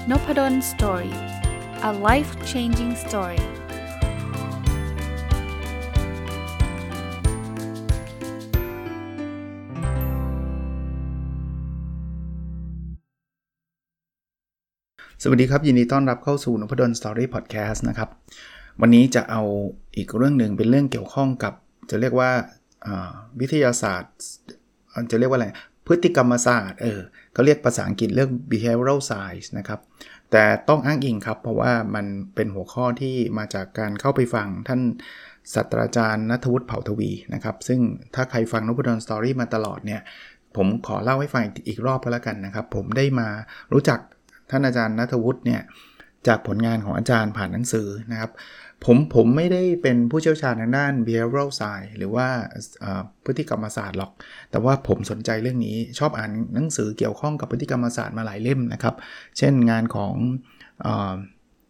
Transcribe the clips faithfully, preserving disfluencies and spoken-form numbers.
Nopadon Story. A life-changing story.สวัสดีครับยินดีต้อนรับเข้าสู่ Nopadon Story Podcast นะครับวันนี้จะเอาอีกเรื่องหนึ่งเป็นเรื่องเกี่ยวข้องกับจะเรียกว่าวิทยาศาสตร์จะเรียกว่าอะไรพฤติกรรมศาสตร์เออเขาเรียกภาษาอังกฤษเรื่อง behavioral science นะครับแต่ต้องอ้างอิงครับเพราะว่ามันเป็นหัวข้อที่มาจากการเข้าไปฟังท่านศาสตราจารย์ณัฐวุฒิเผ่าทวีนะครับซึ่งถ้าใครฟัง Nopadon Story มาตลอดเนี่ยผมขอเล่าให้ฟังอีกรอบก็แล้วกันนะครับผมได้มารู้จักท่านอาจารย์ณัฐวุฒิเนี่ยจากผลงานของอาจารย์ผ่านหนังสือนะครับผมผมไม่ได้เป็นผู้เชี่ยวชาญทางด้าน behavioral science หรือว่าพฤติกรรมศาสตร์หรอกแต่ว่าผมสนใจเรื่องนี้ชอบอ่านหนังสือเกี่ยวข้องกับพฤติกรรมศาสตร์มาหลายเล่มนะครับเช่นงานของเอ่อ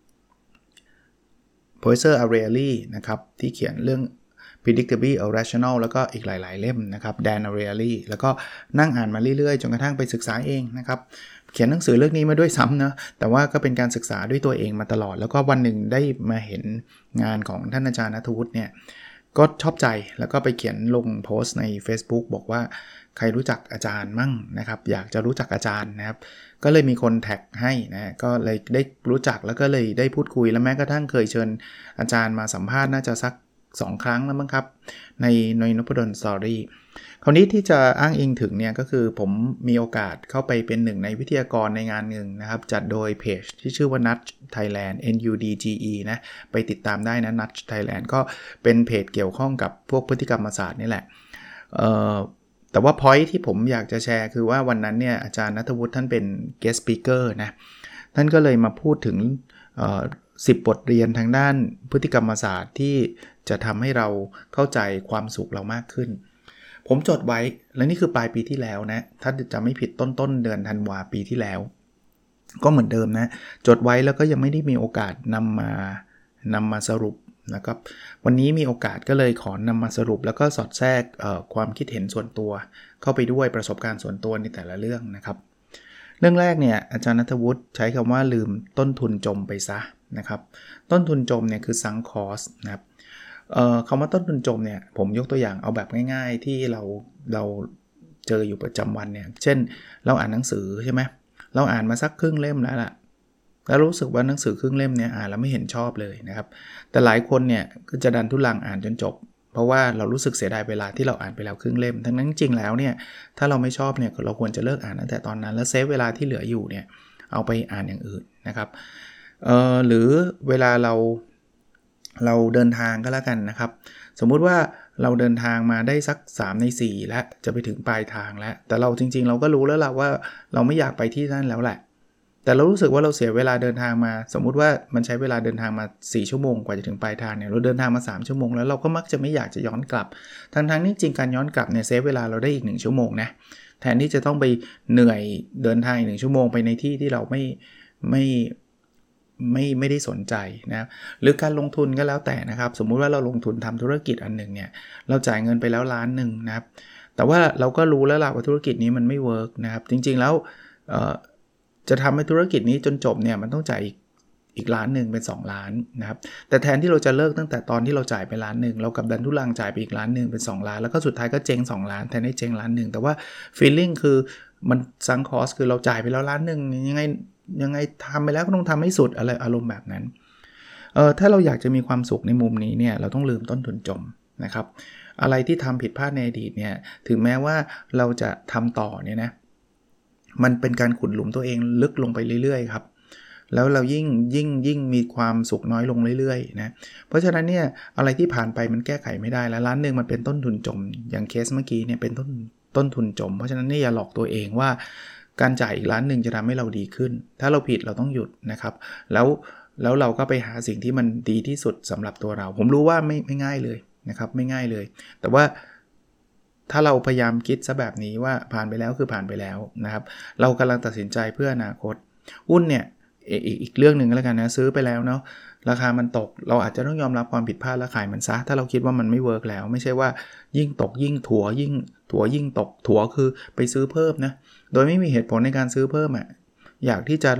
Professor Ariely นะครับที่เขียนเรื่อง predictably irrational แล้วก็อีกหลายๆเล่มนะครับ Dan Ariely แล้วก็นั่งอ่านมาเรื่อยๆจนกระทั่งไปศึกษาเองนะครับเขียนหนังสือเรื่องนี้มาด้วยซ้ำนะแต่ว่าก็เป็นการศึกษาด้วยตัวเองมาตลอดแล้วก็วันหนึ่งได้มาเห็นงานของท่านอาจารย์ณัฐวุฒิเนี่ยก็ชอบใจแล้วก็ไปเขียนลงโพสต์ใน Facebook บอกว่าใครรู้จักอาจารย์มั่งนะครับอยากจะรู้จักอาจารย์นะครับก็เลยมีคนแท็กให้นะก็เลยได้รู้จักแล้วก็เลยได้พูดคุยแล้วแม้กระทั่งเคยเชิญอาจารย์มาสัมภาษณ์น่าจะสักสองครั้งแล้วมั้งครับในใน Nopadon Story คราวนี้ที่จะอ้างอิงถึงเนี่ยก็คือผมมีโอกาสเข้าไปเป็นหนึ่งในวิทยากรในงานหนึ่งนะครับจัดโดยเพจที่ชื่อว่า Nudge Thailand N U D G E นะไปติดตามได้นะ Nudge Thailand ก็เป็นเพจเกี่ยวข้องกับพวกพฤติกรรมศาสตร์นี่แหละเอ่อแต่ว่า point ที่ผมอยากจะแชร์คือว่าวันนั้นเนี่ยอาจารย์ณัฐวุฒิท่านเป็น guest speaker นะท่านก็เลยมาพูดถึงเอ่อสิบบทเรียนทางด้านพฤติกรรมศาสตร์ที่จะทำให้เราเข้าใจความสุขเรามากขึ้นผมจดไว้และนี่คือปลายปีที่แล้วนะถ้าจะไม่ผิดต้นต้นเดือนธันวาปีที่แล้วก็เหมือนเดิมนะจดไว้แล้วก็ยังไม่ได้มีโอกาสนำมานำมาสรุปนะครับวันนี้มีโอกาสก็เลยขอนำมาสรุปแล้วก็สอดแทรกความคิดเห็นส่วนตัวเข้าไปด้วยประสบการณ์ส่วนตัวในแต่ละเรื่องนะครับเรื่องแรกเนี่ยอาจารย์ณัฐวุฒิใช้คำว่าลืมต้นทุนจมไปซะนะครับต้นทุนจมเนี่ยคือ sunk cost นะครับเอ่อคำว่าต้นทุนจมเนี่ยผมยกตัวอย่างเอาแบบง่ายๆที่เราเราเจออยู่ประจำวันเนี่ยเช่นเราอ่านหนังสือใช่ไหมเราอ่านมาสักครึ่งเล่มแล้วล่ะแล้วรู้สึกว่าหนังสือครึ่งเล่มเนี่ยอ่านแล้วไม่เห็นชอบเลยนะครับแต่หลายคนเนี่ยก็จะดันทุลังอ่านจนจบเพราะว่าเรารู้สึกเสียดายเวลาที่เราอ่านไปแล้วครึ่งเล่มทั้งนั้นจริงแล้วเนี่ยถ้าเราไม่ชอบเนี่ยเราควรจะเลิกอ่านตั้งแต่ตอนนั้นแล้วเซฟเวลาที่เหลืออยู่เนี่ยเอาไปอ่านอย่างอื่นนะครับเอ่อหรือเวลาเราเราเดินทางก็แล้วกันนะครับสมมุติว่าเราเดินทางมาได้สักสามในสี่แล้วจะไปถึงปลายทางแล้วแต่เราจริงๆเราก็รู้แล้วล่ะว่าเราไม่อยากไปที่นั่นแล้วแหละแต่เรารู้สึกว่าเราเสียเวลาเดินทางมาสมมุติว่ามันใช้เวลาเดินทางมาสี่ชั่วโมงกว่าจะถึงปลายทางเนี่ยเราเดินทางมาสามชั่วโมงแล้วเราก็มักจะไม่อยากจะย้อนกลับทั้งๆที่จริงการย้อนกลับเนี่ยเซฟเวลาเราได้อีกหนึ่งชั่วโมงนะแทนที่จะต้องไปเหนื่อยเดินทางอีกหนึ่งชั่วโมงไปในที่ที่เราไม่ไม่ไม่ไม่ได้สนใจนะหรือการลงทุนก็แล้วแต่นะครับสมมุติว่าเราลงทุนทำธุรกิจอันหนึ่งเนี่ยเราจ่ายเงินไปแล้วล้านหนึ่งนะครับแต่ว่าเราก็รู้แล้วล่ะว่าธุรกิจนี้มันไม่เวิร์กนะครับจริงๆแล้วจะทำให้ธุรกิจนี้จนจบเนี่ยมันต้องจ่ายอีกอีกล้านหนึ่งเป็นสองล้านนะครับแต่แทนที่เราจะเลิกตั้งแต่ตอนที่เราจ่ายไปล้านหนึ่งเรากับดันทุลังจ่ายไปอีกล้านหนึ่งเป็นสองล้านแล้วก็สุดท้ายก็เจ๊งสองล้านแทนที่เจ๊งล้านหนึ่งแต่ว่า feeling คือมันซังคอสคือเราจ่ายไปแล้วล้านหนึ่งยังไงยังไงทำไปแล้วก็ต้องทำให้สุดอะไรอารมณ์แบบนั้นเออถ้าเราอยากจะมีความสุขในมุมนี้เนี่ยเราต้องลืมต้นทุนจมนะครับอะไรที่ทำผิดพลาดในอดีตเนี่ยถึงแม้ว่าเราจะทำต่อเนี่ยนะมันเป็นการขุดหลุมตัวเองลึกลงไปเรื่อยๆครับแล้วเรายิ่งยิ่งยิ่งมีความสุขน้อยลงเรื่อยๆนะเพราะฉะนั้นเนี่ยอะไรที่ผ่านไปมันแก้ไขไม่ได้แล้วล้านนึงมันเป็นต้นทุนจมอย่างเคสเมื่อกี้เนี่ยเป็นต้นต้นทุนจมเพราะฉะนั้นนี่อย่าหลอกตัวเองว่าการจ่ายอีกล้านหนึ่งจะทำให้เราดีขึ้นถ้าเราผิดเราต้องหยุดนะครับแล้วแล้วเราก็ไปหาสิ่งที่มันดีที่สุดสำหรับตัวเราผมรู้ว่าไม่ไม่ง่ายเลยนะครับไม่ง่ายเลยแต่ว่าถ้าเราพยายามคิดซะแบบนี้ว่าผ่านไปแล้วคือผ่านไปแล้วนะครับเรากำลังตัดสินใจเพื่ออนาคตหุ้นเนี่ยอีกอีกเรื่องนึงแล้วกันนะซื้อไปแล้วเนาะราคามันตกเราอาจจะต้องยอมรับความผิดพลาดและขายมันซะถ้าเราคิดว่ามันไม่เวิร์กแล้วไม่ใช่ว่ายิ่งตกยิ่งถัวยิ่งถัวยิ่งตกถัวคือไปซื้อเพิ่มนะโดยไม่มีเหตุผลในการซื้อเพิ่มอ่ะอยากที่จะ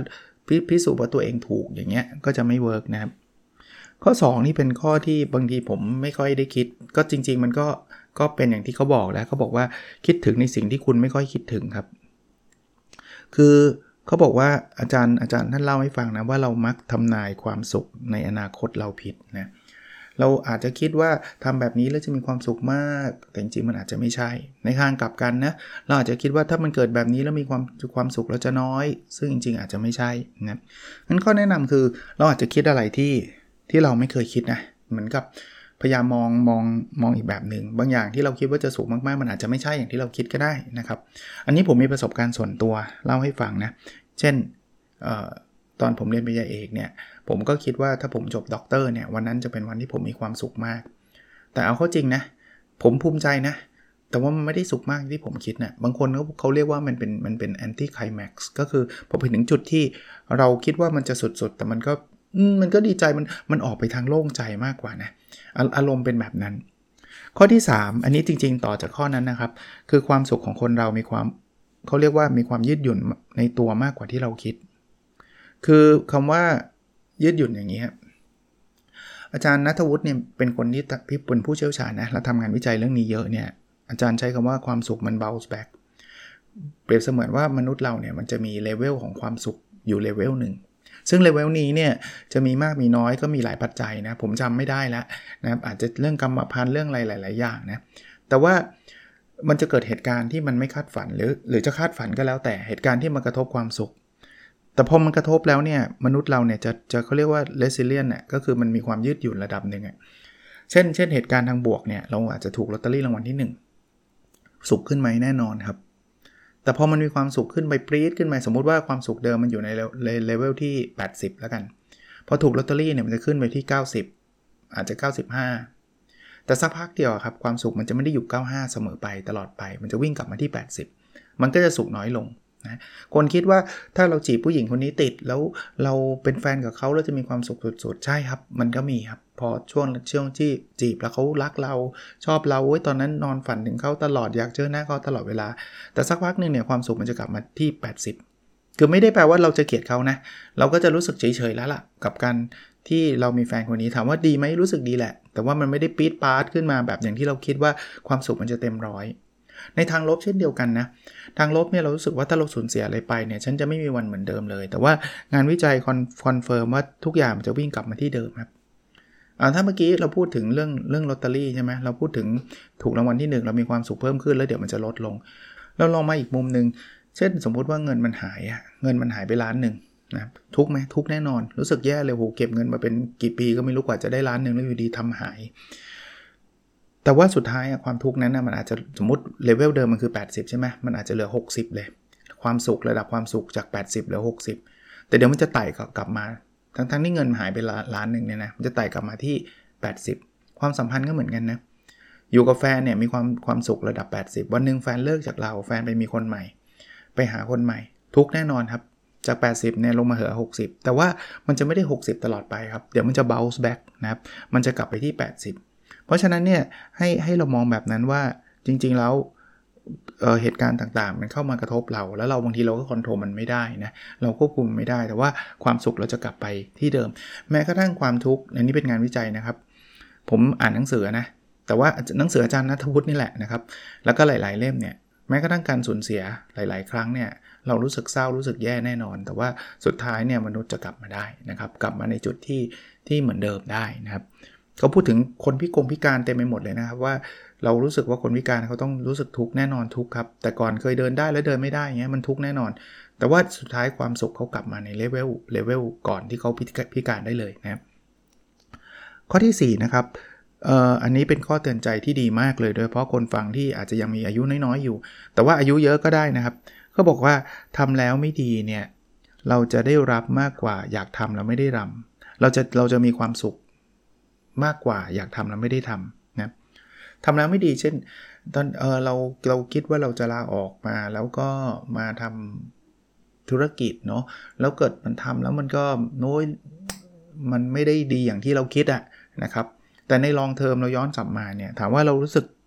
พิสูจน์ว่าตัวเองถูกอย่างเงี้ยก็จะไม่เวิร์กนะครับข้อสองนี่เป็นข้อที่บางทีผมไม่ค่อยได้คิดก็จริงๆมันก็ก็เป็นอย่างที่เขาบอกแล้วเขาบอกว่าคิดถึงในสิ่งที่คุณไม่ค่อยคิดถึงครับคือเขาบอกว่าอาจารย์อาจารย์ท่านเล่าให้ฟังนะว่าเรามักทำนายความสุขในอนาคตเราผิดนะเราอาจจะคิดว่าทำแบบนี้แล้วจะมีความสุขมากแต่จริงๆมันอาจจะไม่ใช่ในทางกลับกันนะเราอาจจะคิดว่าถ้ามันเกิดแบบนี้แล้วมีความความสุขเราจะน้อยซึ่งจริงๆอาจจะไม่ใช่นะงั้นข้อแนะนำคือเราอาจจะคิดอะไรที่ที่เราไม่เคยคิดนะเหมือนกับพยายามมองมองมองอีกแบบหนึ่งบางอย่างที่เราคิดว่าจะสุขมากๆมันอาจจะไม่ใช่อย่างที่เราคิดก็ได้นะครับอันนี้ผมมีประสบการณ์ส่วนตัวเล่าให้ฟังนะเช่นตอนผมเรียนปริญญาเอกเนี่ยผมก็คิดว่าถ้าผมจบด็อกเตอร์เนี่ยวันนั้นจะเป็นวันที่ผมมีความสุขมากแต่เอาเข้าจริงนะผมภูมิใจนะแต่ว่ามันไม่ได้สุขมากที่ผมคิดนะบางคนเขาเขาเรียกว่ามันเป็นมันเป็นแอนตี้ไคลแม็กซ์ก็คือพอไปถึงจุดที่เราคิดว่ามันจะสุดๆแต่มันก็มันก็ดีใจมันมันออกไปทางโล่งใจมากกว่านะอารมณ์เป็นแบบนั้นข้อที่สามอันนี้จริงๆต่อจากข้อนั้นนะครับคือความสุขของคนเรามีความเขาเรียกว่ามีความยืดหยุ่นในตัวมากกว่าที่เราคิดคือคำว่ายืดหยุ่นอย่างนี้ครับอาจารย์ณัฐวุฒิเนี่ยเป็นคนที่เป็นผู้เชี่ยวชาญนะและทำงานวิจัยเรื่องนี้เยอะเนี่ยอาจารย์ใช้คำว่าความสุขมัน bounce back เปรียบเสมือนว่ามนุษย์เราเนี่ยมันจะมีเลเวลของความสุขอยู่เลเวลหนึ่งซึ่งเลเวลนี้เนี่ยจะมีมากมีน้อยก็มีหลายปัจจัยนะผมจำไม่ได้แล้วนะครับอาจจะเรื่องกรรมพันธุ์เรื่องอะไรหลายๆอย่างนะแต่ว่ามันจะเกิดเหตุการณ์ที่มันไม่คาดฝันหรือหรือจะคาดฝันก็แล้วแต่เหตุการณ์ที่มันกระทบความสุขแต่พอมันกระทบแล้วเนี่ยมนุษย์เราเนี่ยจะจะเขาเรียกว่า resilient น่ะก็คือมันมีความยืดหยุ่นระดับหนึ่งอ่ะเช่นเช่นเหตุการณ์ทางบวกเนี่ยเราอาจจะถูกลอตเตอรี่รางวัลที่หนึ่งสุขขึ้นไหมแน่นอนครับแต่พอมันมีความสุขขึ้นไปปรี๊ดขึ้นมาสมมุติว่าความสุขเดิมมันอยู่ในเลเวลที่แปดสิบแล้วกันพอถูกลอตเตอรี่เนี่ยมันจะขึ้นไปที่เก้าสิบอาจจะเก้าสิบห้าแต่สักพักเดียวครับความสุขมันจะไม่ได้อยู่เก้าสิบห้าเสมอไปตลอดไปมันจะวิ่งกลับมาที่แปดสิบมันก็จะสุขน้อยลงนะคนคิดว่าถ้าเราจีบผู้หญิงคนนี้ติดแล้วเราเป็นแฟนกับเขาแล้วจะมีความสุขสุดๆใช่ครับมันก็มีครับพอช่วงช่วงที่จีบแล้วเขารักเราชอบเราโอ้ยตอนนั้นนอนฝันถึงเขาตลอดอยากเจอหน้าเขาตลอดเวลาแต่สักพักนึงเนี่ยความสุขมันจะกลับมาที่แปดสิบคือไม่ได้แปลว่าเราจะเกลียดเขานะเราก็จะรู้สึกเฉยๆแล้วล่ะกับการที่เรามีแฟนคนนี้ถามว่าดีไหมรู้สึกดีแหละแต่ว่ามันไม่ได้ปี๊ดปาร์ตขึ้นมาแบบอย่างที่เราคิดว่าความสุขมันจะเต็มร้อยในทางลบเช่นเดียวกันนะทางลบเนี่ยเรารู้สึกว่าถ้าเราสูญเสียอะไรไปเนี่ยฉันจะไม่มีวันเหมือนเดิมเลยแต่ว่างานวิจัยคอนเฟิร์มว่าทุกอย่างมันจะวิ่งกลับมาที่เดิมครับอ่าถ้าเมื่อกี้เราพูดถึงเรื่องเรื่องลอตเตอรี่ใช่ไหมเราพูดถึงถูกรางวัลที่หนึ่งเรามีความสุขเพิ่มขึ้นแล้วเดี๋ยวมันจะลดลงเราลองมาอีกมุมนึงเช่นสมมุติว่าเงินมันหายอะเงินมันหายไปล้านนึงนะทุกไหมทุกแน่นอนรู้สึกแย่เลยโหเก็บเงินมาเป็นกี่ปีก็ไม่รู้กว่าจะได้ล้านนึงแล้วอยู่ดีทำหายแต่ว่าสุดท้ายความทุกข์นั้นนะมันอาจจะสมมุติเลเวลเดิมมันคือแปดสิบใช่ไหมมันอาจจะเหลือหกสิบเลยความสุขระดับความสุขจากแปดสิบเหลือหกสิบแต่เดี๋ยวมันจะไต่กลับมาทั้งๆที่เงินหายไปล้านนึงเนี่ยนะมันจะไต่กลับมาที่แปดสิบความสัมพันธ์ก็เหมือนกันนะอยู่กับแฟนเนี่ยมีความความสุขระดับแปดสิบวันนึงแฟนเลิกจากเราแฟนไปมีคนใหม่ไปหาคนใหม่ทุกแน่นอนครับจากแปดสิบเนี่ยลงมาเหลือหกสิบแต่ว่ามันจะไม่ได้หกสิบตลอดไปครับเดี๋ยวมันจะ bounce back นะครับมันจะกลับไปที่แปดสิบเพราะฉะนั้นเนี่ยให้ให้เรามองแบบนั้นว่าจริงๆแล้ว เอ่อเหตุการณ์ต่างๆมันเข้ามากระทบเราแล้วเราบางทีเราก็คอนโทรลมันไม่ได้นะเราควบคุมไม่ได้แต่ว่าความสุขเราจะกลับไปที่เดิมแม้กระทั่งความทุกข์อันนี้เป็นงานวิจัยนะครับผมอ่านหนังสือนะแต่ว่าหนังสืออาจารย์ณัฐวุฒินี่แหละนะครับแล้วก็หลายๆเล่มเนี่ยแม้กระทั่งการสูญเสียหลายๆครั้งเนี่ยเรารู้สึกเศร้ารู้สึกแย่แน่นอนแต่ว่าสุดท้ายเนี่ยมนุษย์จะกลับมาได้นะครับกลับมาในจุดที่ที่เหมือนเดิมได้นะครับเขาพูดถึงคนพิกลพิการเต็มไปหมดเลยนะครับว่าเรารู้สึกว่าคนพิการเขาต้องรู้สึกทุกข์แน่นอนทุกข์ครับแต่ก่อนเคยเดินได้แล้วเดินไม่ได้เงี้ยมันทุกข์แน่นอนแต่ว่าสุดท้ายความสุขเขากลับมาในเลเวลเลเวลก่อนที่เขาพิการได้เลยนะครับข้อที่สี่นะครับเอ่ออันนี้เป็นข้อเตือนใจที่ดีมากเลยโดยเฉพาะคนฟังที่อาจจะยังมีอายุน้อยๆอยู่แต่ว่าอายุเยอะก็ได้นะครับเขาบอกว่าทำแล้วไม่ดีเนี่ยเราจะได้รับมากกว่าอยากทำแล้วไม่ได้รำเราจะเราจะมีความสุขมากกว่าอยากทำแล้วไม่ได้ทำนะทำแล้วไม่ดีเช่นตอนเออเราเราคิดว่าเราจะลาออกมาแล้วก็มาทำธุรกิจเนาะแล้วเกิดมันทำแล้วมันก็โน้ยมันไม่ได้ดีอย่างที่เราคิดอะนะครับแต่ในลองเทอมเราย้อนกลับมาเนี่ยถามว่าเรารู้สึก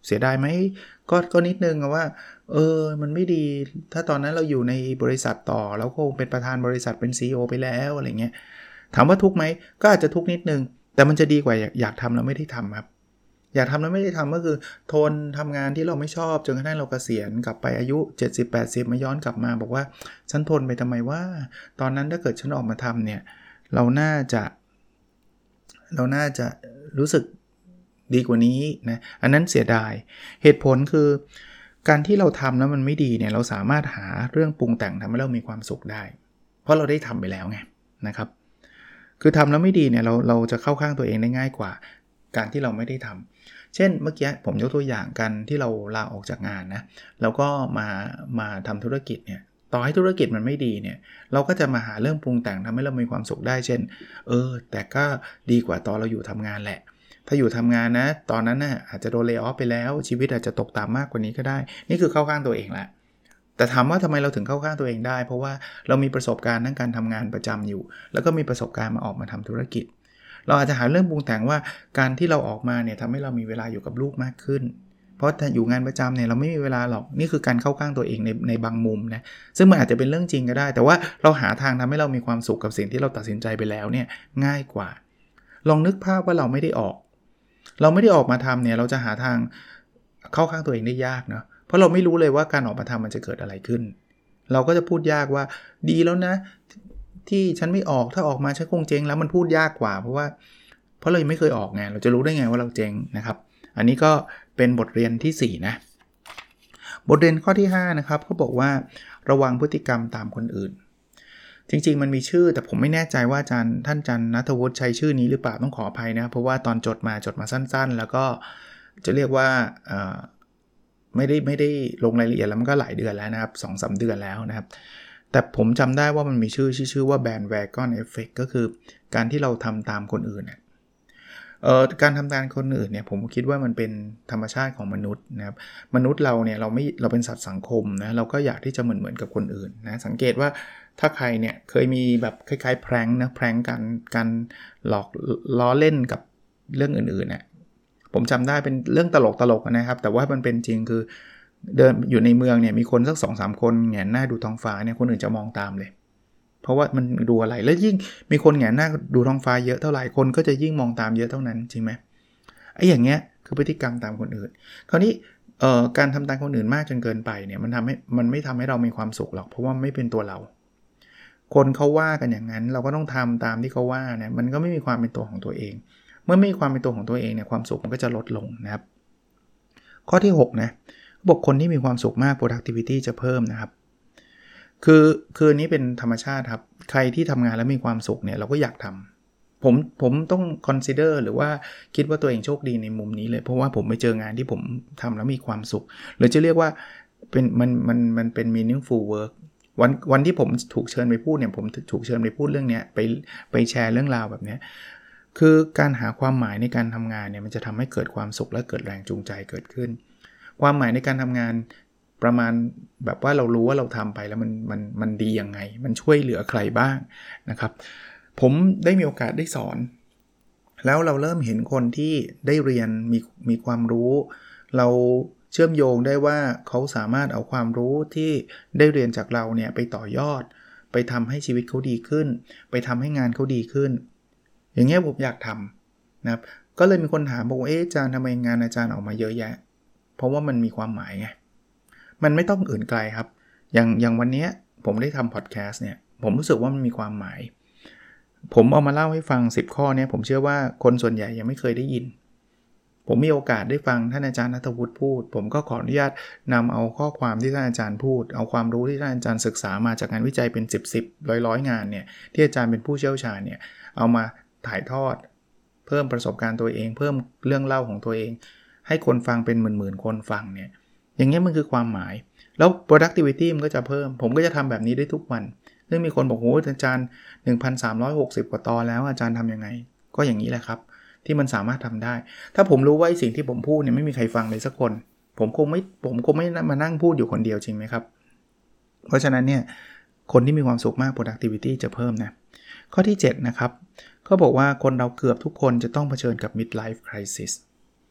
เสียดายไหมก็ก็นิดนึงว่าเออมันไม่ดีถ้าตอนนั้นเราอยู่ในบริษัทต่อแล้วก็เป็นประธานบริษัทเป็น ซี อี โอ ไปแล้วอะไรเงี้ยถามว่าทุกข์ไหมก็อาจจะทุกข์นิดนึงแต่มันจะดีกว่าอยากอยากทำแล้วไม่ได้ทำครับอยากทำแล้วไม่ได้ทำก็คือทนทำงานที่เราไม่ชอบจนกระทั่งเราเกษียณกลับไปอายุ เจ็ดสิบแปดสิบ มาย้อนกลับมาบอกว่าฉันทนไปทำไมว่าตอนนั้นถ้าเกิดฉันออกมาทำเนี่ยเราน่าจะเราน่าจะรู้สึกดีกว่านี้นะอันนั้นเสียดายเหตุผลคือการที่เราทำแล้วมันไม่ดีเนี่ยเราสามารถหาเรื่องปรุงแต่งทำให้เรามีความสุขได้เพราะเราได้ทำไปแล้วไงนะครับคือทำแล้วไม่ดีเนี่ยเราเราจะเข้าข้างตัวเองได้ง่ายกว่าการที่เราไม่ได้ทำเช่นเมื่อกี้ผมยกตัวอย่างกันที่เราลาออกจากงานนะแล้วก็มามาทำธุรกิจเนี่ยต่อให้ธุรกิจมันไม่ดีเนี่ยเราก็จะมาหาเรื่องปรุงแต่งทำให้เรามีความสุขได้เช่นเออแต่ก็ดีกว่าตอนเราอยู่ทำงานแหละถ้าอยู่ทำงานนะตอนนั้นน่ะอาจจะโดนเลย์ออฟไปแล้วชีวิตอาจจะตกต่ำมากกว่านี้ก็ได้นี่คือเข้าข้างตัวเองละแต่ถามว่าทำไมเราถึงเข้าข้างตัวเองได้เพราะว่าเรามีประสบการณ์ทั้งการทำงานประจำอยู่แล้วก็มีประสบการณ์มาออกมาทำธุรกิจเราอาจจะหาเรื่องปรุงแต่งว่าการที่เราออกมาเนี่ยทำให้เรามีเวลาอยู่กับลูกมากขึ้นเพราะถ้าอยู่งานประจำเนี่ยเราไม่มีเวลาหรอกนี่คือการเข้าข้างตัวเองในในบางมุมนะซึ่งมันอาจจะเป็นเรื่องจริงก็ได้แต่ว่าเราหาทางทำให้เรามีความสุขกับสิ่งที่เราตัดสินใจไปแล้วเนี่ยง่ายกว่าลองนึกภาพว่าเราไม่ได้ออกเราไม่ได้ออกมาทำเนี่ยเราจะหาทางเข้าข้างตัวเองได้ยากเนาะเพราะเราไม่รู้เลยว่าการออกมาทำมันจะเกิดอะไรขึ้นเราก็จะพูดยากว่าดีแล้วนะที่ฉันไม่ออกถ้าออกมาฉันคงเจ๊งแล้วมันพูดยากกว่าเพราะว่าเพราะเรายังไม่เคยออกไงเราจะรู้ได้ไงว่าเราเจ๊งนะครับอันนี้ก็เป็นบทเรียนที่สี่นะบทเรียนข้อที่ห้านะครับเขาบอกว่าระวังพฤติกรรมตามคนอื่นจริงๆมันมีชื่อแต่ผมไม่แน่ใจว่าอาจารย์ท่านอาจารย์ณัฐวุฒิใช้ชื่อนี้หรือเปล่าต้องขออภัยนะเพราะว่าตอนจดมาจดมาสั้นๆแล้วก็จะเรียกว่าไม่ได้ไม่ได้ลงรายละเอียดแล้วมันก็หลายเดือนแล้วนะครับ สองถึงสาม เดือนแล้วนะครับแต่ผมจำได้ว่ามันมีชื่อชื่อว่า bandwagon effect ก็คือการที่เราทำตามคนอื่นเนี่ยเอ่อการทำตามคนอื่นเนี่ยผมคิดว่ามันเป็นธรรมชาติของมนุษย์นะครับมนุษย์เราเนี่ยเราไม่เราเป็นสัตว์สังคมนะเราก็อยากที่จะเหมือนเหมือนกับคนอื่นนะสังเกตว่าถ้าใครเนี่ยเคยมีแบบคล้ายๆแพร้งนะแพร้งกันการหลอกล้อเล่นกับเรื่องอื่นๆเนี่ยผมจำได้เป็นเรื่องตลกๆนะครับแต่ว่ามันเป็นจริงคือเดินอยู่ในเมืองเนี่ยมีคนสัก สองถึงสาม คนแหงนหน้าดูท้องฟ้าเนี่ยคนอื่นจะมองตามเลยเพราะว่ามันดูอะไรแล้วยิ่งมีคนแหงนหน้าดูท้องฟ้าเยอะเท่าไหร่คนก็จะยิ่งมองตามเยอะเท่านั้นจริงไหมไอ้อย่างเงี้ยคือพฤติกรรมตามคนอื่นคราวนี้เอ่อการทำตามคนอื่นมากจนเกินไปเนี่ยมันทำให้มันไม่ทำให้เรามีความสุขหรอกเพราะว่าไม่เป็นตัวเราคนเขาว่ากันอย่างนั้นเราก็ต้องทำตามที่เขาว่านะมันก็ไม่มีความเป็นตัวของตัวเองเมื่อไม่มีความเป็นตัวของตัวเองเนี่ยความสุขมันก็จะลดลงนะครับข้อที่หกนะบอกคนที่มีความสุขมาก productivity จะเพิ่มนะครับคือคือนี้เป็นธรรมชาติครับใครที่ทำงานแล้วมีความสุขเนี่ยเราก็อยากทำผมผมต้อง consider หรือว่าคิดว่าตัวเองโชคดีในมุมนี้เลยเพราะว่าผมไปเจองานที่ผมทำแล้วมีความสุขหรือจะเรียกว่าเป็นมันมันมันเป็น meaningful work วันวันที่ผมถูกเชิญไปพูดเนี่ยผมถูกเชิญไปพูดเรื่องนี้ไปไปแชร์เรื่องราวแบบนี้คือการหาความหมายในการทำงานเนี่ยมันจะทำให้เกิดความสุขและเกิดแรงจูงใจเกิดขึ้นความหมายในการทำงานประมาณแบบว่าเรารู้ว่าเราทำไปแล้วมันมันมันดียังไงมันช่วยเหลือใครบ้างนะครับผมได้มีโอกาสได้สอนแล้วเราเริ่มเห็นคนที่ได้เรียนมีมีความรู้เราเชื่อมโยงได้ว่าเขาสามารถเอาความรู้ที่ได้เรียนจากเราเนี่ยไปต่อยอดไปทำให้ชีวิตเขาดีขึ้นไปทำให้งานเขาดีขึ้นอย่างเงี้ยผมอยากทำนะครับก็เลยมีคนถามบอกว่าเอ๊ะอาจารย์ทำไมงานอาจารย์ออกมาเยอะแยะเพราะว่ามันมีความหมายไงมันไม่ต้องอื่นไกลครับอย่างอย่างวันนี้ผมได้ทำพอดแคสต์เนี่ยผมรู้สึกว่ามันมีความหมายผมเอามาเล่าให้ฟังสิบข้อเนี่ยผมเชื่อว่าคนส่วนใหญ่ยังไม่เคยได้ยินผมมีโอกาสได้ฟังท่านอาจารย์ณัฐวุฒิพูดผมก็ขออนุญาตนำเอาข้อความที่ท่านอาจารย์พูดเอาความรู้ที่ท่านอาจารย์ศึกษามาจากงานวิจัยเป็นสิบ สิบ ร้อย ร้อยงานเนี่ยที่อาจารย์เป็นผู้เชี่ยวชาญเนี่ยเอามาถ่ายทอดเพิ่มประสบการณ์ตัวเองเพิ่มเรื่องเล่าของตัวเองให้คนฟังเป็นหมื่นๆคนฟังเนี่ยอย่างเงี้ยมันคือความหมายแล้ว productivity มันก็จะเพิ่มผมก็จะทำแบบนี้ได้ทุกวันซึ่งมีคนบอกโหอาจารย์ หนึ่งพันสามร้อยหกสิบ กว่าตอนแล้วอาจารย์ทำยังไงก็อย่างนี้แหละครับที่มันสามารถทำได้ถ้าผมรู้ว่าสิ่งที่ผมพูดเนี่ยไม่มีใครฟังเลยสักคนผมคงไม่ผมคงไม่มานั่งพูดอยู่คนเดียวจริงไหมครับเพราะฉะนั้นเนี่ยคนที่มีความสุขมาก productivity จะเพิ่มนะข้อที่เจ็ดนะครับเขาบอกว่าคนเราเกือบทุกคนจะต้องเผชิญกับ midlife crisis จ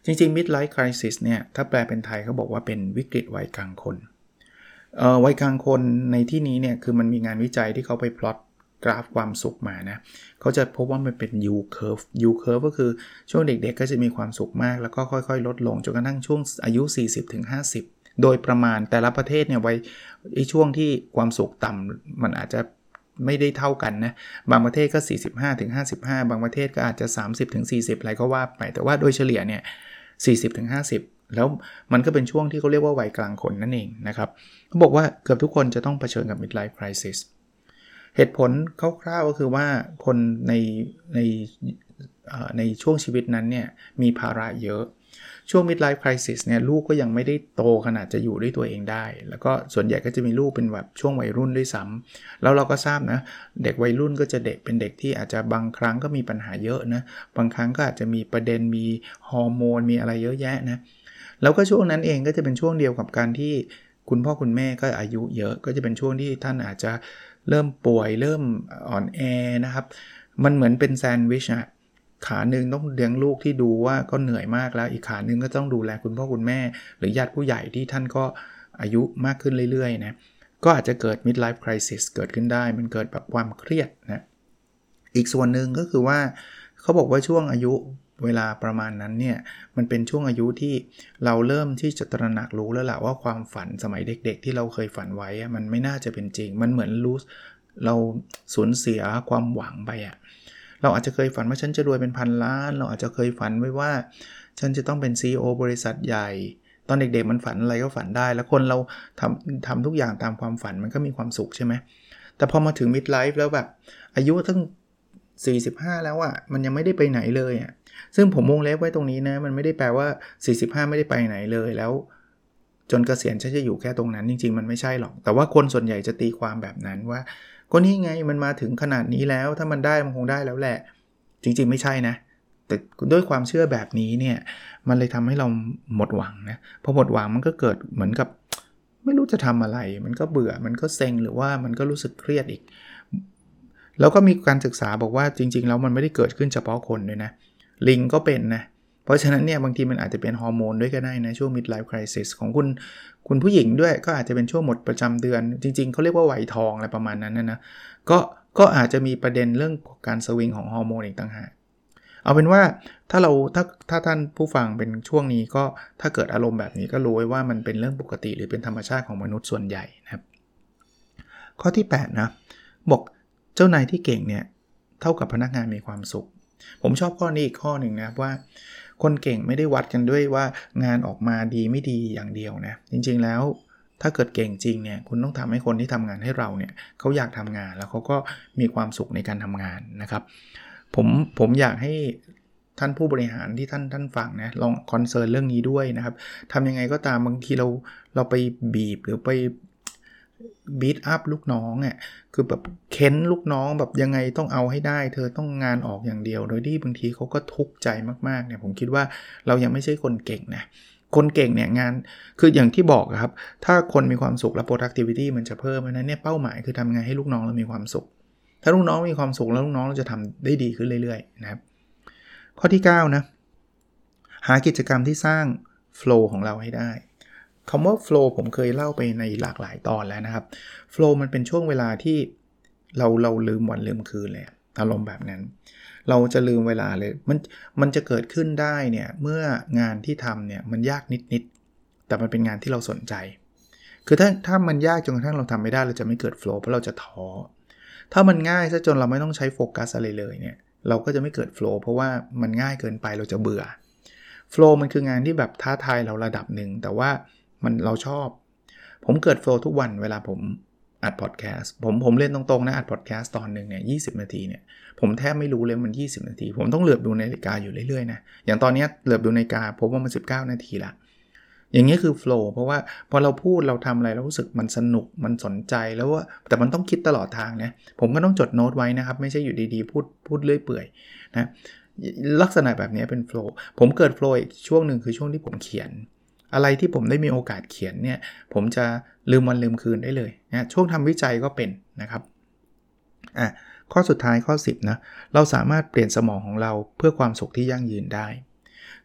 จริงๆ midlife crisis เนี่ยถ้าแปลเป็นไทยเขาบอกว่าเป็นวิกฤตวัยกลางคนเอ่อวัยกลางคนในที่นี้เนี่ยคือมันมีงานวิจัยที่เขาไปพลอตกราฟความสุขมานะเขาจะพบว่ามันเป็น U curve U curve ก็คือช่วงเด็กๆก็จะมีความสุขมากแล้วก็ค่อยๆลดลงจนกระทั่งช่วงอายุ สี่สิบถึงห้าสิบ โดยประมาณแต่ละประเทศเนี่ยไว้ไอ้ช่วงที่ความสุขต่ำมันอาจจะไม่ได้เท่ากันนะบางประเทศก็ สี่สิบห้าถึงห้าสิบห้า บางประเทศก็อาจจะ สามสิบถึงสี่สิบ อะไรก็ว่าไปแต่ว่าโดยเฉลี่ยเนี่ย สี่สิบถึงห้าสิบ แล้วมันก็เป็นช่วงที่เขาเรียกว่าวัยกลางคนนั่นเองนะครับเขาบอกว่าเกือบทุกคนจะต้องเผชิญกับ midlife crisis เหตุผลคร่าวๆก็คือว่าคนในในในช่วงชีวิตนั้นเนี่ยมีภาระเยอะช่วง midlife crisis เนี่ยลูกก็ยังไม่ได้โตขนาดจะอยู่ด้วยตัวเองได้แล้วก็ส่วนใหญ่ก็จะมีลูกเป็นแบบช่วงวัยรุ่นด้วยซ้ำแล้วเราก็ทราบนะเด็กวัยรุ่นก็จะเด็กเป็นเด็กที่อาจจะบางครั้งก็มีปัญหาเยอะนะบางครั้งก็อาจจะมีประเด็นมีฮอร์โมนมีอะไรเยอะแยะนะแล้วก็ช่วงนั้นเองก็จะเป็นช่วงเดียวกับการที่คุณพ่อคุณแม่ก็อายุเยอะก็จะเป็นช่วงที่ท่านอาจจะเริ่มป่วยเริ่มอ่อนแอนะครับมันเหมือนเป็นแซนด์วิชอะขาหนึ่งต้องเลี้ยงลูกที่ดูว่าก็เหนื่อยมากแล้วอีกขาหนึ่งก็ต้องดูแลคุณพ่อคุณแม่หรือญาติผู้ใหญ่ที่ท่านก็อายุมากขึ้นเรื่อยๆนะก็อาจจะเกิด midlife crisis เกิดขึ้นได้มันเกิดแบบความเครียดนะอีกส่วนหนึ่งก็คือว่าเขาบอกว่าช่วงอายุเวลาประมาณนั้นเนี่ยมันเป็นช่วงอายุที่เราเริ่มที่จะตระหนักรู้แล้วแหละว่าความฝันสมัยเด็กๆที่เราเคยฝันไว้มันไม่น่าจะเป็นจริงมันเหมือนรู้เราสูญเสียความหวังไปอะเราอาจจะเคยฝันว่าฉันจะรวยเป็นพันล้านเราอาจจะเคยฝันไว้ว่าฉันจะต้องเป็น ซี อี โอ บริษัทใหญ่ตอนเด็กๆมันฝันอะไรก็ฝันได้แล้วคนเราทำทำทุกอย่างตามความฝันมันก็มีความสุขใช่ไหมแต่พอมาถึง mid life แล้วแบบอายุตั้งสี่สิบห้าแล้วอ่ะมันยังไม่ได้ไปไหนเลยอ่ะซึ่งผมวงเล็บไว้ตรงนี้นะมันไม่ได้แปลว่าสี่สิบห้าไม่ได้ไปไหนเลยแล้วจนเกษียณฉันจะอยู่แค่ตรงนั้นจริงๆมันไม่ใช่หรอกแต่ว่าคนส่วนใหญ่จะตีความแบบนั้นว่าก็นี่ไงมันมาถึงขนาดนี้แล้วถ้ามันได้มันคงได้แล้วแหละจริงๆไม่ใช่นะแต่ด้วยความเชื่อแบบนี้เนี่ยมันเลยทำให้เราหมดหวังนะพอหมดหวังมันก็เกิดเหมือนกับไม่รู้จะทำอะไรมันก็เบื่อมันก็เซ็งหรือว่ามันก็รู้สึกเครียดอีกแล้วก็มีการศึกษาบอกว่าจริงๆแล้วมันไม่ได้เกิดขึ้นเฉพาะคนด้วยนะลิงก็เป็นนะเพราะฉะนั้นเนี่ยบางทีมันอาจจะเป็นฮอร์โมนด้วยก็ได้นะช่วง midlife crisis ของคุณคุณผู้หญิงด้วยก็อาจจะเป็นช่วงหมดประจำเดือนจริงๆเขาเรียกว่าวัยทองอะไรประมาณนั้นนะนะก็ก็อาจจะมีประเด็นเรื่องการสวิงของฮอร์โมนอีกต่างหากเอาเป็นว่าถ้าเราถ้าถ้าท่านผู้ฟังเป็นช่วงนี้ก็ถ้าเกิดอารมณ์แบบนี้ก็รู้ไว้ว่ามันเป็นเรื่องปกติหรือเป็นธรรมชาติของมนุษย์ส่วนใหญ่นะครับข้อที่แปดนะบอกเจ้านายที่เก่งเนี่ยเท่ากับพนักงานมีความสุขผมชอบข้อนี้อีกข้อหนึ่งนะว่าคนเก่งไม่ได้วัดกันด้วยว่างานออกมาดีไม่ดีอย่างเดียวนะจริงๆแล้วถ้าเกิดเก่งจริงเนี่ยคุณต้องทำให้คนที่ทำงานให้เราเนี่ยเขาอยากทำงานแล้วเขาก็มีความสุขในการทำงานนะครับผมผมอยากให้ท่านผู้บริหารที่ท่านท่านฟังนะลองคอนเซิร์นเรื่องนี้ด้วยนะครับทำยังไงก็ตามบางทีเราเราไปบีบหรือไปบีทอัพลูกน้องอ่ะคือแบบเค้นลูกน้องแบบยังไงต้องเอาให้ได้เธอต้องงานออกอย่างเดียวโดยที่บางทีเขาก็ทุกข์ใจมากๆเนี่ยผมคิดว่าเรายังไม่ใช่คนเก่งนะคนเก่งเนี่ยงานคืออย่างที่บอกครับถ้าคนมีความสุขและ productivity มันจะเพิ่มนะเนี่ยเป้าหมายคือทำไงให้ลูกน้องเรามีความสุขถ้าลูกน้องมีความสุขแล้วลูกน้องเราจะทำได้ดีขึ้นเรื่อยๆนะครับข้อที่เก้านะหากิจกรรมที่สร้าง flow ของเราให้ได้คำว่า flow ผมเคยเล่าไปในหลากหลายตอนแล้วนะครับ flow มันเป็นช่วงเวลาที่เราเราลืมวันลืมคืนเลยอารมณ์แบบนั้นเราจะลืมเวลาเลยมันมันจะเกิดขึ้นได้เนี่ยเมื่องานที่ทำเนี่ยมันยากนิดๆแต่มันเป็นงานที่เราสนใจคือถ้าถ้ามันยากจนกระทั่งเราทำไม่ได้เราจะไม่เกิด flow เพราะเราจะท้อถ้ามันง่ายซะจนเราไม่ต้องใช้โฟกัสอะไรเลยเนี่ยเราก็จะไม่เกิด flow เพราะว่ามันง่ายเกินไปเราจะเบื่อ flow มันคืองานที่แบบท้าทายเราระดับหนึ่งแต่ว่ามันเราชอบผมเกิด flow ทุกวันเวลาผมอัดพอดแคสต์ผมผมเล่นตรงๆนะอัดพอดแคสต์ตอนนึงเนี่ยยี่สิบนาทีเนี่ยผมแทบไม่รู้เลยมันยี่สิบนาทีผมต้องเหลือบดูนาฬิกาอยู่เรื่อยๆนะอย่างตอนนี้เหลือบดูนาฬิกาพบว่ามันสิบเก้านาทีละอย่างนี้คือ flow เพราะว่าพอเราพูดเราทำอะไรเรารู้สึกมันสนุกมันสนใจแล้วว่าแต่มันต้องคิดตลอดทางนะผมก็ต้องจดโน้ตไว้นะครับไม่ใช่อยู่ดีๆพูดพูดเรื่อยเปื่อยนะลักษณะแบบนี้เป็น flow ผมเกิด flow อีกช่วงหนึ่งคือช่วงที่ผมเขียนอะไรที่ผมได้มีโอกาสเขียนเนี่ยผมจะลืมวันลืมคืนได้เลยนะช่วงทำวิจัยก็เป็นนะครับอ่ะข้อสุดท้ายข้อสิบนะเราสามารถเปลี่ยนสมองของเราเพื่อความสุขที่ยั่งยืนได้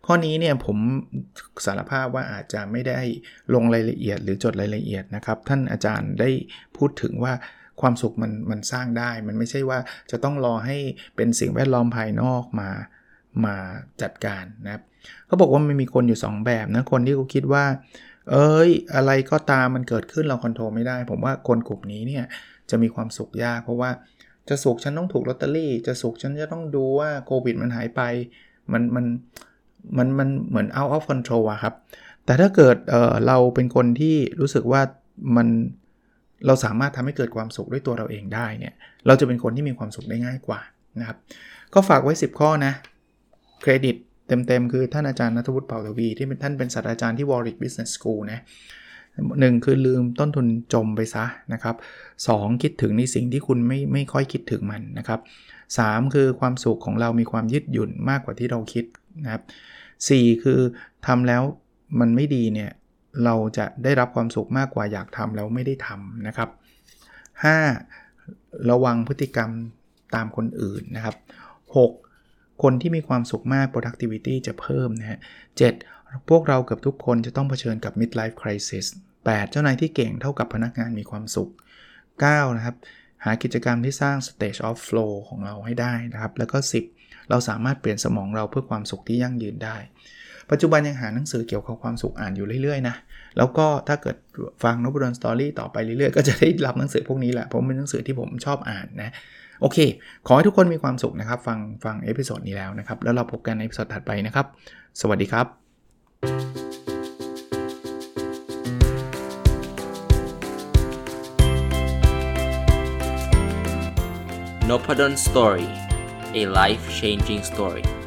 ข้อนี้เนี่ยผมสารภาพว่าอาจจะไม่ได้ลงรายละเอียดหรือจดรายละเอียดนะครับท่านอาจารย์ได้พูดถึงว่าความสุขมันมันสร้างได้มันไม่ใช่ว่าจะต้องรอให้เป็นสิ่งแวดล้อมภายนอกมามาจัดการนะครับเขาบอกว่ามันมีคนอยู่สองแบบนะคนที่เขาคิดว่าเอ้ยอะไรก็ตามมันเกิดขึ้นเราคอนโทรลไม่ได้ผมว่าคนกลุ่มนี้เนี่ยจะมีความสุขยากเพราะว่าจะสุขฉันต้องถูกลอตเตอรี่จะสุขฉันจะต้องดูว่าโควิดมันหายไปมันมันมันมันเหมือน out of control อะครับแต่ถ้าเกิด เอ่อ เราเป็นคนที่รู้สึกว่ามันเราสามารถทำให้เกิดความสุขด้วยตัวเราเองได้เนี่ยเราจะเป็นคนที่มีความสุขได้ง่ายกว่านะครับก็ฝากไว้สิบข้อนะเครดิตเต็มๆคือท่านอาจารย์ณัฐวุฒิ เผ่าทวีที่เป็นท่านเป็นศาสตราจารย์ที่ Warwick Business School นะหนึ่งคือลืมต้นทุนจมไปซะนะครับสองคิดถึงในสิ่งที่คุณไม่ไม่ค่อยคิดถึงมันนะครับสามคือความสุขของเรามีความยืดหยุ่นมากกว่าที่เราคิดนะครับสี่คือทำแล้วมันไม่ดีเนี่ยเราจะได้รับความสุขมากกว่าอยากทำแล้วไม่ได้ทำนะครับห้าระวังพฤติกรรมตามคนอื่นนะครับหกคนที่มีความสุขมาก productivity จะเพิ่มนะฮะเจ็ดพวกเราเกือบทุกคนจะต้องเผชิญกับ midlife crisis แปดเจ้านายที่เก่งเท่ากับพนักงานมีความสุขเก้านะครับหากิจกรรมที่สร้าง stage of flow ของเราให้ได้นะครับแล้วก็สิบเราสามารถเปลี่ยนสมองเราเพื่อความสุขที่ยั่งยืนได้ปัจจุบันยังหาหนังสือเกี่ยวกับความสุขอ่านอยู่เรื่อยๆนะแล้วก็ถ้าเกิดฟังนพดลสตอรี่ต่อไปเรื่อยๆก็จะได้รับหนังสือพวกนี้แหละเพราะเป็นหนังสือที่ผมชอบอ่านนะโอเคขอให้ทุกคนมีความสุขนะครับฟังฟังเอพิโซดนี้แล้วนะครับแล้วเราพบกันในเอพิโซดถัดไปนะครับสวัสดีครับ Noppadan Story, a life-changing story.